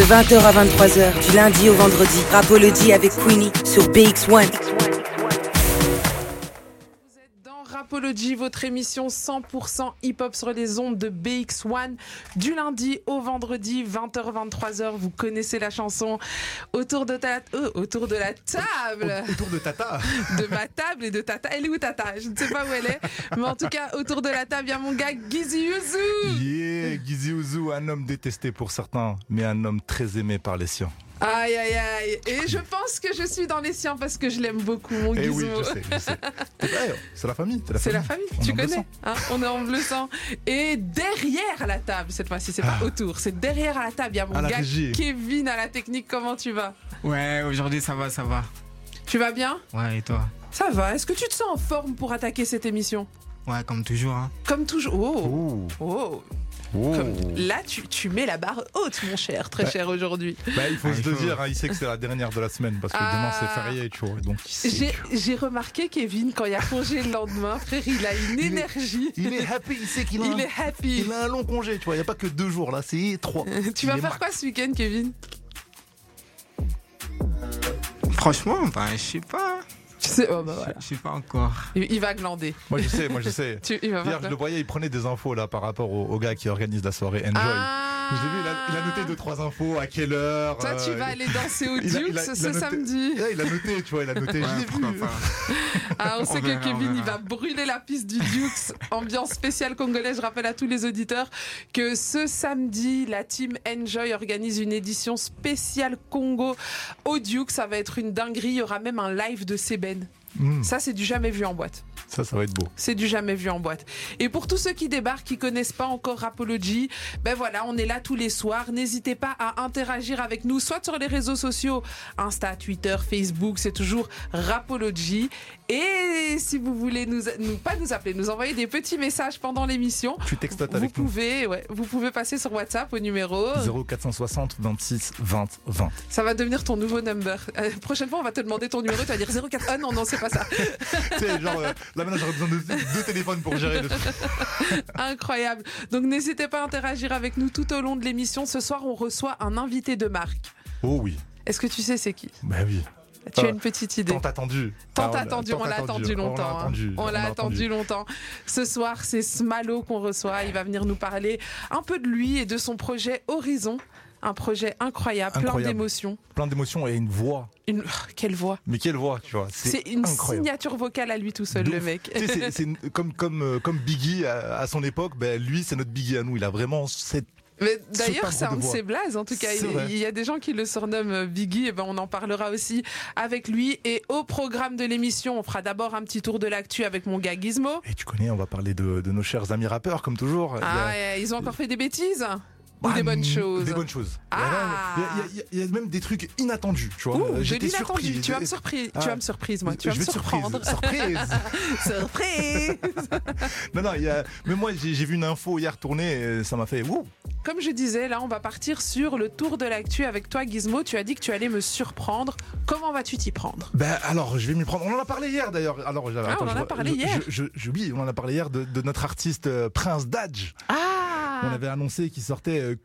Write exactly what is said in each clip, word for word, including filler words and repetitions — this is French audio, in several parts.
vingt heures à vingt-trois heures, du lundi au vendredi. Rapology avec Queenie sur B X one. Rapology, votre émission cent pour cent hip-hop sur les ondes de B X one, du lundi au vendredi, vingt heures vingt-trois heures. Vous connaissez la chanson. Autour de ta, euh, autour de la table. Autour de Tata. De ma table et de Tata. Elle est où Tata? Je ne sais pas où elle est. Mais en tout cas, autour de la table, il y a mon gars Gizzy Ouzou. Yeah, Gizzy Ouzou, un homme détesté pour certains, mais un homme très aimé par les siens. Aïe aïe aïe. Et je pense que je suis dans les siens parce que je l'aime beaucoup, mon Eh Gizmo. oui, je sais, je sais. Ouais, c'est la famille. C'est la C'est famille, la famille, on tu en bleu connais sang. hein, on est en bleu sang. Et derrière la table, cette fois-ci, c'est pas Ah. autour, c'est derrière à la table. Il y a mon À la gars régie. Kevin à la technique. Comment tu vas? Ouais, aujourd'hui ça va, ça va. Tu vas bien? Ouais, et toi? Ça va. Est-ce que tu te sens en forme pour attaquer cette émission? Ouais, comme toujours. Hein. Comme toujours. Oh, Oh, oh. oh. Comme- Là, tu, tu mets la barre haute, mon cher, très Bah. cher aujourd'hui. Bah, il faut Ah, se il le faut- dire, hein, il sait que c'est la dernière de la semaine parce que Ah. demain c'est férié, tu vois. Donc il sait J'ai, que- j'ai remarqué, Kevin, quand il y a congé le lendemain, frère, il a une Il est- énergie. Il est happy, il sait qu'il a, Il un... est happy. il a un long congé, tu vois. Il n'y a pas que deux jours là, c'est trois. Tu Il vas est faire max. quoi ce week-end, Kevin? Franchement, ben, je sais pas. Tu sais, oh, bah voilà. Je sais pas encore. Il, il va glander. Moi je sais, moi je sais. Tu, il va Hier, faire je le quoi? voyais, il prenait des infos là par rapport au, au gars qui organise la soirée Enjoy. Ah. Je l'ai vu, il a, il a noté deux trois infos, à quelle heure. Toi, tu euh, vas aller danser au il a- Dukes il a- il a ce noté- samedi. Ouais, il a noté, tu vois, il a noté. Ouais, je l'ai pourquoi vu. pas. Ah, on sait On que verra, on Kevin, il verra. va brûler la piste du Dukes. Ambiance spéciale congolaise. Je rappelle à tous les auditeurs que ce samedi, la team Enjoy organise une édition spéciale Congo au Dukes. Ça va être une dinguerie. Il y aura même un live de Seben. Mmh, Ça, c'est du jamais vu en boîte. ça, ça va être beau. C'est du jamais vu en boîte. Et pour tous ceux qui débarquent, qui connaissent pas encore Rapology, ben voilà, on est là tous les soirs. N'hésitez pas à interagir avec nous, soit sur les réseaux sociaux, Insta, Twitter, Facebook, c'est toujours Rapology. Et si vous voulez nous, nous pas nous appeler, nous envoyer des petits messages pendant l'émission, Tu textotes vous avec nous. pouvez, ouais, vous pouvez passer sur WhatsApp au numéro. zéro quatre cent soixante vingt-six vingt vingt. Ça va devenir ton nouveau number. Euh, prochaine fois, on va te demander ton numéro. Tu vas dire zéro quatre. Ah non, non, c'est pas ça. Tu sais, genre, euh, là maintenant j'aurais besoin de deux téléphones pour gérer le truc. Incroyable. Donc n'hésitez pas à interagir avec nous tout au long de l'émission. Ce soir, on reçoit un invité de marque. Oh oui, Est-ce que tu sais c'est qui? bah oui. Tu as Ah, une petite idée? Tant attendu. Tant Ah, on- attendu, tant on l'a attendu longtemps. On l'a hein. attendu. On l'a attendu longtemps. Ce soir, c'est Smalo qu'on reçoit. Il va venir nous parler un peu de lui et de son projet Horizon. Un projet incroyable, plein Incroyable. d'émotions. Plein d'émotions et une voix. Une... Quelle voix! Mais quelle voix, tu vois. C'est une incroyable. signature vocale à lui tout seul, De le ouf. mec. Tu sais, c'est- c'est une- comme, comme, euh, comme Biggie à, à son époque, ben, lui c'est notre Biggie à nous. Il a vraiment cette. Mais Ce d'ailleurs, timbre c'est un de de voix. ses blazes. En tout cas, C'est il, vrai. il y a des gens qui le surnomment Biggie. Et ben, on en parlera aussi avec lui. Et au programme de l'émission, on fera d'abord un petit tour de l'actu avec mon gars Gizmo. Et tu connais, on va parler de, de nos chers amis rappeurs, comme toujours. Il y a- Ah, et ils ont encore fait des bêtises ou Ah, des bonnes mm, choses? Des bonnes choses. Ah. Il y a- il y, a- il y a même des trucs inattendus, tu vois. Ouh, Euh, de J'étais l'inattendu. surpris. Tu vas me surprise. Ah. Tu vas me surprise, moi. Tu vas Je me vais te surprendre. surprise. Surprise. Surprise. Non, non, il y a... mais moi j'ai j'ai vu une info hier tourner et ça m'a fait ouh. Comme je disais, là, on va partir sur le tour de l'actu avec toi, Gizmo. Tu as dit que tu allais me surprendre. Comment vas-tu t'y prendre? Ben alors, je vais m'y prendre. On en a parlé hier d'ailleurs. Alors, Ah, on en a je- parlé je- hier. Je, je, je- oui, on en a parlé hier de, de notre artiste euh, Prince Dadge. Ah. On avait annoncé qu'il sortait euh,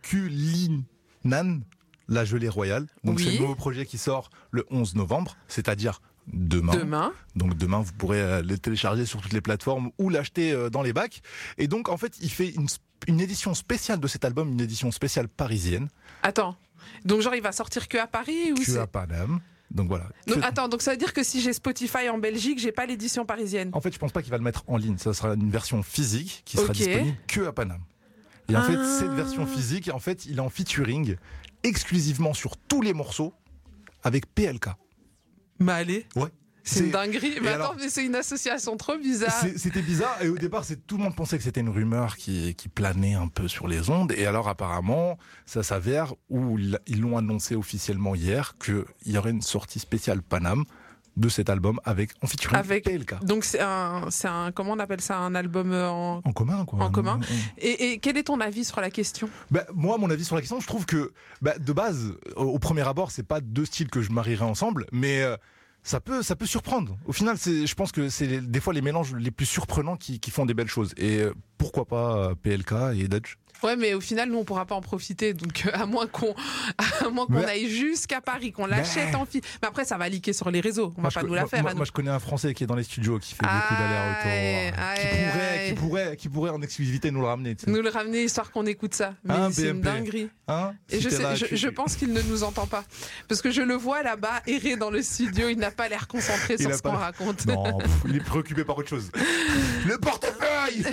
Kulinan, la gelée royale. Donc Oui. c'est le nouveau projet qui sort le onze novembre, c'est-à-dire demain. Demain. Donc demain, vous pourrez euh, le télécharger sur toutes les plateformes ou l'acheter euh, dans les bacs. Et donc en fait, il fait une, sp- une édition spéciale de cet album, une édition spéciale parisienne, Attends. Donc, genre, il va sortir que à Paris ou que c'est... à Paname. Donc voilà. Donc, Que- attends, donc ça veut dire que si j'ai Spotify en Belgique, j'ai pas l'édition parisienne. En fait, je pense pas qu'il va le mettre en ligne. Ça sera une version physique qui sera Ok. disponible que à Paname. Et en Ah. fait, cette version physique, en fait, il est en featuring exclusivement sur tous les morceaux avec P L K. Mais allez. Ouais. C'est une dinguerie. Mais et attends, alors- mais c'est une association trop bizarre. C'est- C'était bizarre et au départ, c'est, tout le monde pensait que c'était une rumeur qui, qui planait un peu sur les ondes. Et alors apparemment, ça s'avère, ou ils ils l'ont annoncé officiellement hier, qu'il y aurait une sortie spéciale Paname de cet album avec en featuring Avec- P L K. Donc c'est un, c'est un, comment on appelle ça, un album euh, en. En commun, quoi. En commun. Mm, mm. Et, et quel est ton avis sur la question? Bah, moi, mon avis sur la question, je trouve que bah, de base, au, au premier abord, c'est pas deux styles que je marierais ensemble, mais euh, ça peut, ça peut surprendre. Au final, c'est, je pense que c'est les- des fois les mélanges les plus surprenants qui, qui font des belles choses. Et euh, pourquoi pas euh, P L K et Dutch? Ouais, mais au final, nous, on pourra pas en profiter. Donc, euh, à moins qu'on, à moins qu'on Mais- aille jusqu'à Paris, qu'on l'achète Mais- en fil. Mais après, ça va leaker sur les réseaux. On Moi, va pas je, nous la moi, faire. moi, à nous. moi, je connais un Français qui est dans les studios, qui fait beaucoup Aïe, d'allers-retours, qui aïe, pourrait, aïe. qui pourrait, qui pourrait en exclusivité nous le ramener. tu sais. Nous le ramener histoire qu'on écoute ça. Mais Hein, c'est une B M P. dinguerie. Hein Et Si je, t'es sais, là, je, tu- je pense qu'il ne nous entend pas. Parce que je le vois là-bas errer dans le studio. Il n'a pas l'air concentré Il sur a ce pas qu'on l'air- raconte. Non, pff, il est préoccupé par autre chose. Le portefeuille.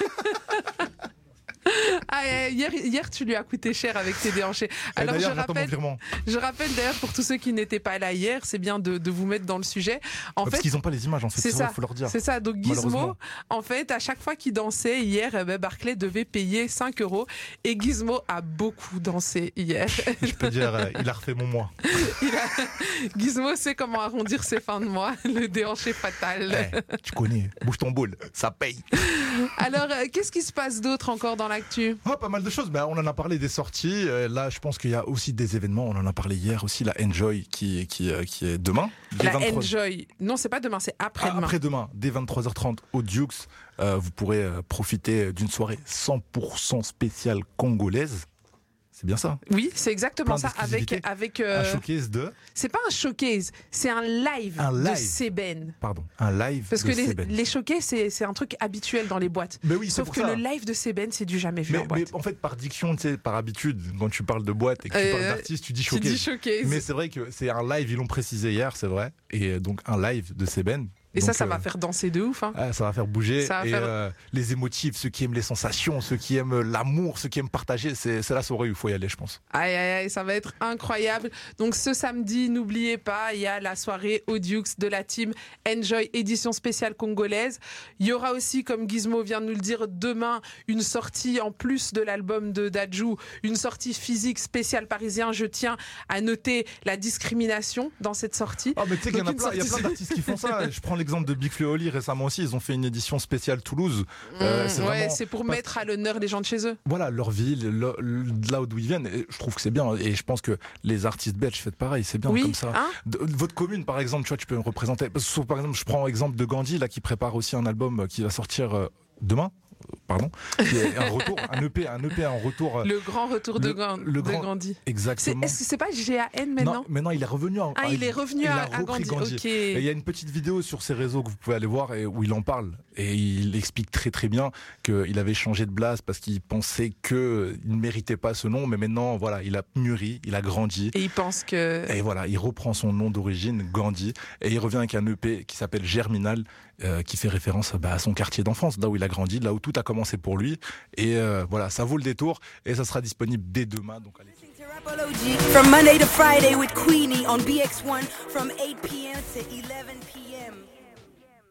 Ah, euh, hier, hier, tu lui as coûté cher avec tes déhanchés. Et Alors, je d'ailleurs, j'attends mon rappelle, virement. je rappelle d'ailleurs pour tous ceux qui n'étaient pas là hier, c'est bien de, de vous mettre dans le sujet. En Parce fait, qu'ils n'ont pas les images, en fait. c'est C'est ça. vrai, faut leur dire. C'est ça. Donc Gizmo, Malheureusement. en fait, à chaque fois qu'il dansait hier, eh ben, Barclay devait payer cinq euros. Et Gizmo a beaucoup dansé hier. Je peux dire, euh, il a refait mon mois. Il a- Gizmo sait comment arrondir ses fins de mois. Le déhanché fatal. Eh, tu connais, bouge ton bol, ça paye. Alors, euh, qu'est-ce qui se passe d'autre encore dans l'actu? Ah, pas mal de choses. Ben, on en a parlé des sorties. Euh, là, je pense qu'il y a aussi des événements. On en a parlé hier aussi. La Enjoy qui, qui, euh, qui est demain. dès La vingt-trois Enjoy. Non, c'est pas demain, c'est Ah, après-demain. après-demain, dès vingt-trois heures trente au Dukes, euh, vous pourrez euh, profiter d'une soirée cent pour cent spéciale congolaise. C'est bien ça. Oui, c'est exactement Plein ça. Avec, d'exclusivités. avec. Un euh, showcase de, c'est pas un showcase, c'est un live, Un de live. Seben. pardon, un live Parce de que les, Seben. les showcases, c'est, c'est un truc habituel dans les boîtes. Mais oui, c'est Sauf pour que ça. le live de Seben, c'est du jamais vu Mais, en boîte. mais en fait, par diction, tu sais, par habitude, quand tu parles de boîte et que tu Euh, parles d'artiste, tu dis tu showcase. dis showcase. Mais c'est vrai que c'est un live, ils l'ont précisé hier, c'est vrai. Et donc un live de Seben. Et ça, Donc, ça euh, va faire danser de ouf. Hein. ah, ça va faire bouger. Ça va et faire- euh, les émotifs, ceux qui aiment les sensations, ceux qui aiment l'amour, ceux qui aiment partager, c'est, c'est la soirée où il faut y aller, je pense. Aïe, aïe, aïe, ça va être incroyable. Donc ce samedi, n'oubliez pas, il y a la soirée au Dukes de la team Enjoy édition spéciale congolaise. Il y aura aussi, comme Gizmo vient de nous le dire, demain, une sortie en plus de l'album de Dadju, une sortie physique spéciale parisien. Je tiens à noter la discrimination dans cette sortie. Ah, mais tu sais qu'il y en a Donc, plein, il y a une plein sortie- d'artistes qui font ça. Je prends l'exemple de Big Flo et Oli récemment aussi. Ils ont fait une édition spéciale Toulouse. Euh, Mmh, c'est ouais, vraiment c'est pour parce- mettre à l'honneur les gens de chez eux. Voilà, leur ville, le- le- là d'où ils viennent. Et je trouve que c'est bien. Et je pense que les artistes belges faites pareil. C'est bien Oui, comme ça. hein De- votre commune, par exemple, tu vois, tu peux me représenter. Parce que, par exemple, je prends l'exemple de Gandhi, là, qui prépare aussi un album euh, qui va sortir euh, demain. Euh, Pardon. Qui est un retour, un E P, un E P en retour. euh, Le grand retour de, le- Gan- le de grand- Gandhi. C'est, Exactement. est-ce que c'est pas G A N maintenant? Non, maintenant il est revenu. En, Ah, il est revenu il à, a à repris Gandhi. Ok. Et il y a une petite vidéo sur ses réseaux que vous pouvez aller voir et où il en parle. Et il explique très très bien qu'il avait changé de blase parce qu'il pensait qu'il ne méritait pas ce nom. Mais maintenant, voilà, il a mûri, il a grandi. Et il pense que. Et voilà, il reprend son nom d'origine, Gandhi. Et il revient avec un E P qui s'appelle Germinal, euh, qui fait référence bah, à son quartier d'enfance, là où il a grandi, là où tout a commencé pour lui. Et euh, voilà, ça vaut le détour. Et ça sera disponible dès demain. Donc allez. Rapology from Monday to Friday with Queenie on B X one from eight p.m. to eleven p.m.